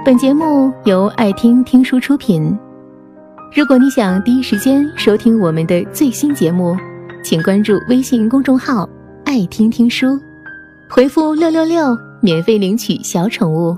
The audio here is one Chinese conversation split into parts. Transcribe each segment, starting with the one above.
本节目由爱听听书出品。如果你想第一时间收听我们的最新节目，请关注微信公众号爱听听书，回复666免费领取小宠物。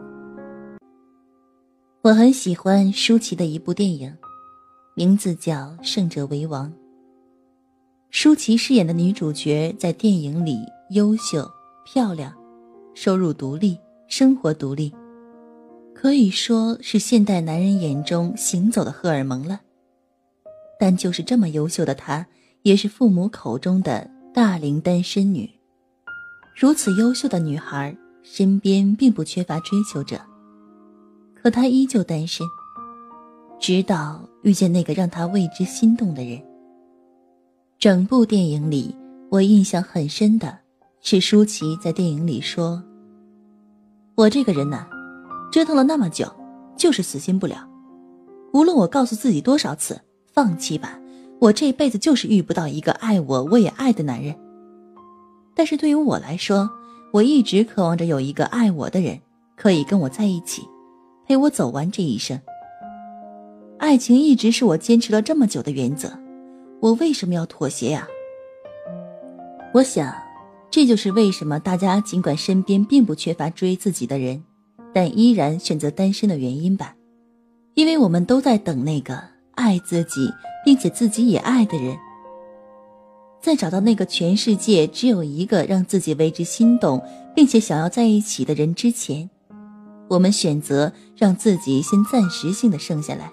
我很喜欢舒淇的一部电影，名字叫《胜者为王》。舒淇饰演的女主角在电影里优秀、漂亮，收入独立，生活独立，可以说是现代男人眼中行走的荷尔蒙了。但就是这么优秀的她，也是父母口中的大龄单身女。如此优秀的女孩，身边并不缺乏追求者，可她依旧单身，直到遇见那个让她为之心动的人。整部电影里，我印象很深的是舒淇在电影里说，我这个人呢，折腾了那么久，就是死心不了。无论我告诉自己多少次放弃吧，我这辈子就是遇不到一个爱我我也爱的男人。但是对于我来说，我一直渴望着有一个爱我的人，可以跟我在一起，陪我走完这一生。爱情一直是我坚持了这么久的原则，我为什么要妥协呀？我想，这就是为什么大家尽管身边并不缺乏追自己的人，但依然选择单身的原因吧。因为我们都在等那个爱自己并且自己也爱的人。在找到那个全世界只有一个让自己为之心动并且想要在一起的人之前，我们选择让自己先暂时性的剩下来。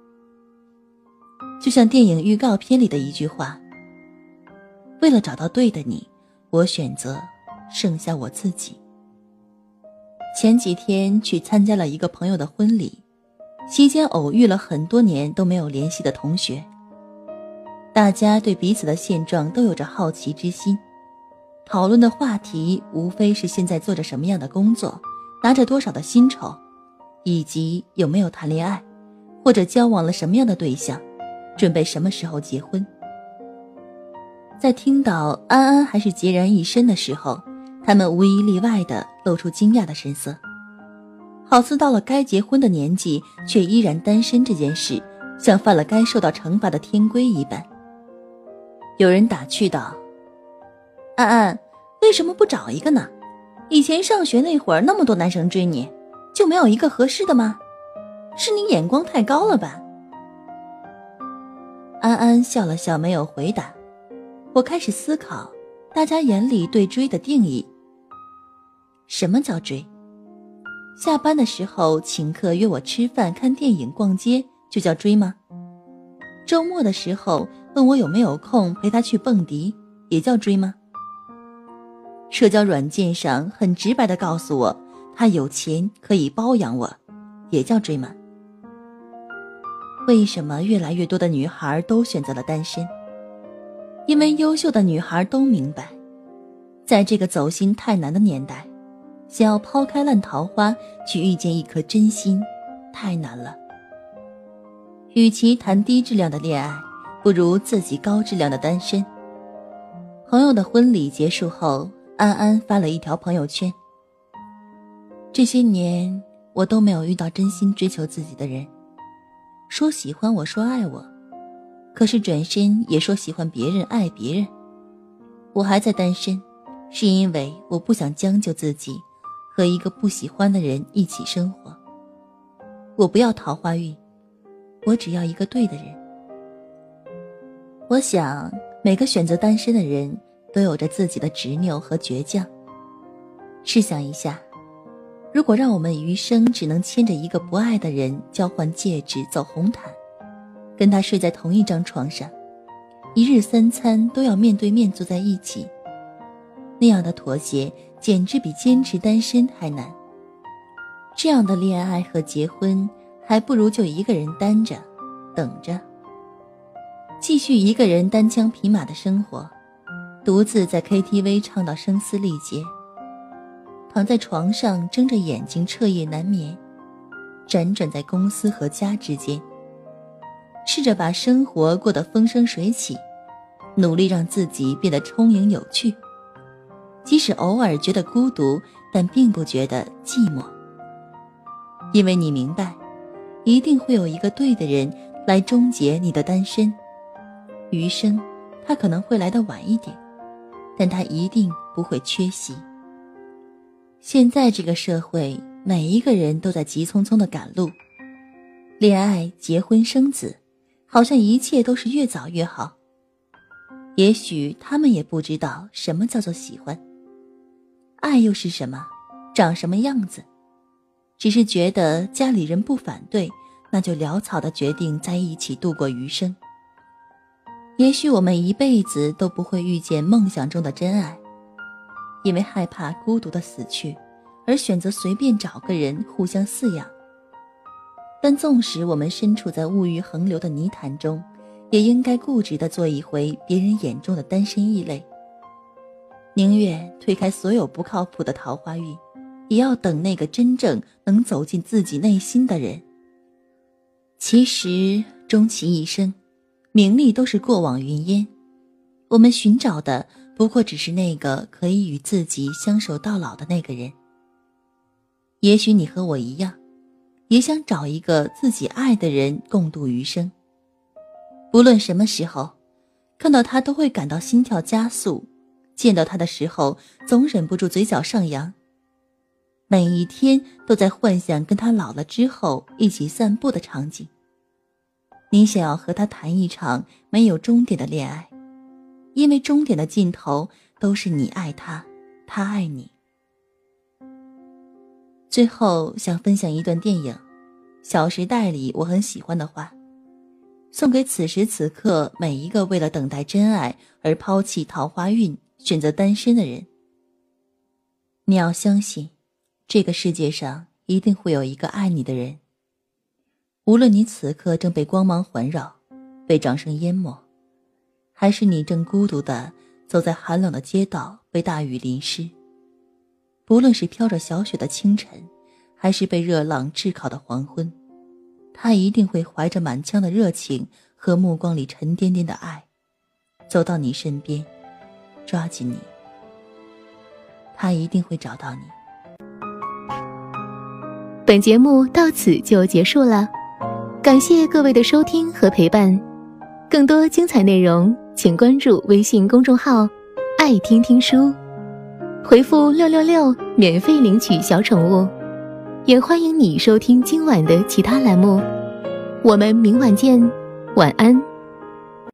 就像电影预告片里的一句话，为了找到对的你，我选择剩下我自己。前几天去参加了一个朋友的婚礼，期间偶遇了很多年都没有联系的同学，大家对彼此的现状都有着好奇之心，讨论的话题无非是现在做着什么样的工作，拿着多少的薪酬，以及有没有谈恋爱，或者交往了什么样的对象，准备什么时候结婚。在听到安安还是孑然一身的时候，他们无一例外地露出惊讶的神色，好似到了该结婚的年纪却依然单身这件事，像犯了该受到惩罚的天规一般。有人打趣道，安安，为什么不找一个呢？以前上学那会儿那么多男生追你，就没有一个合适的吗？是你眼光太高了吧？安安笑了笑没有回答。我开始思考大家眼里对追的定义。什么叫追？下班的时候请客约我吃饭看电影逛街就叫追吗？周末的时候问我有没有空陪他去蹦迪也叫追吗？社交软件上很直白地告诉我他有钱可以包养我也叫追吗？为什么越来越多的女孩都选择了单身？因为优秀的女孩都明白，在这个走心太难的年代，想要抛开烂桃花去遇见一颗真心太难了。与其谈低质量的恋爱，不如自己高质量的单身。朋友的婚礼结束后，安安发了一条朋友圈，这些年我都没有遇到真心追求自己的人，说喜欢我说爱我，可是转身也说喜欢别人爱别人。我还在单身，是因为我不想将就自己和一个不喜欢的人一起生活。我不要桃花运，我只要一个对的人。我想每个选择单身的人都有着自己的执拗和倔强。试想一下，如果让我们余生只能牵着一个不爱的人交换戒指走红毯，跟他睡在同一张床上，一日三餐都要面对面坐在一起，那样的妥协简直比坚持单身还难。这样的恋爱和结婚，还不如就一个人单着等着，继续一个人单枪匹马的生活，独自在 KTV 唱到声嘶力竭，躺在床上睁着眼睛彻夜难眠，辗转在公司和家之间，试着把生活过得风生水起，努力让自己变得充盈有趣，即使偶尔觉得孤独，但并不觉得寂寞。 因为你明白，一定会有一个对的人来终结你的单身。余生他可能会来得晚一点，但他一定不会缺席。现在这个社会，每一个人都在急匆匆地赶路，恋爱、结婚、生子，好像一切都是越早越好。也许他们也不知道什么叫做喜欢，爱又是什么，长什么样子，只是觉得家里人不反对，那就潦草地决定在一起度过余生。也许我们一辈子都不会遇见梦想中的真爱，因为害怕孤独的死去，而选择随便找个人互相饲养。但纵使我们身处在物欲横流的泥潭中，也应该固执地做一回别人眼中的单身异类。宁愿推开所有不靠谱的桃花运，也要等那个真正能走进自己内心的人。其实终其一生，名利都是过往云烟，我们寻找的不过只是那个可以与自己相守到老的那个人。也许你和我一样，也想找一个自己爱的人共度余生。不论什么时候，看到他都会感到心跳加速，见到他的时候总忍不住嘴角上扬。每一天都在幻想跟他老了之后一起散步的场景。你想要和他谈一场没有终点的恋爱，因为终点的尽头都是你爱他，他爱你。最后想分享一段电影《小时代》里我很喜欢的话，送给此时此刻每一个为了等待真爱而抛弃桃花运选择单身的人。你要相信，这个世界上一定会有一个爱你的人，无论你此刻正被光芒环绕，被掌声淹没，还是你正孤独地走在寒冷的街道被大雨淋湿，不论是飘着小雪的清晨，还是被热浪炙烤的黄昏，他一定会怀着满腔的热情和目光里沉甸甸的爱，走到你身边，抓紧你。他一定会找到你。 本节目到此就结束了，感谢各位的收听和陪伴。更多精彩内容，请关注微信公众号“爱听听书”，回复666免费领取小宠物。也欢迎你收听今晚的其他栏目。我们明晚见，晚安。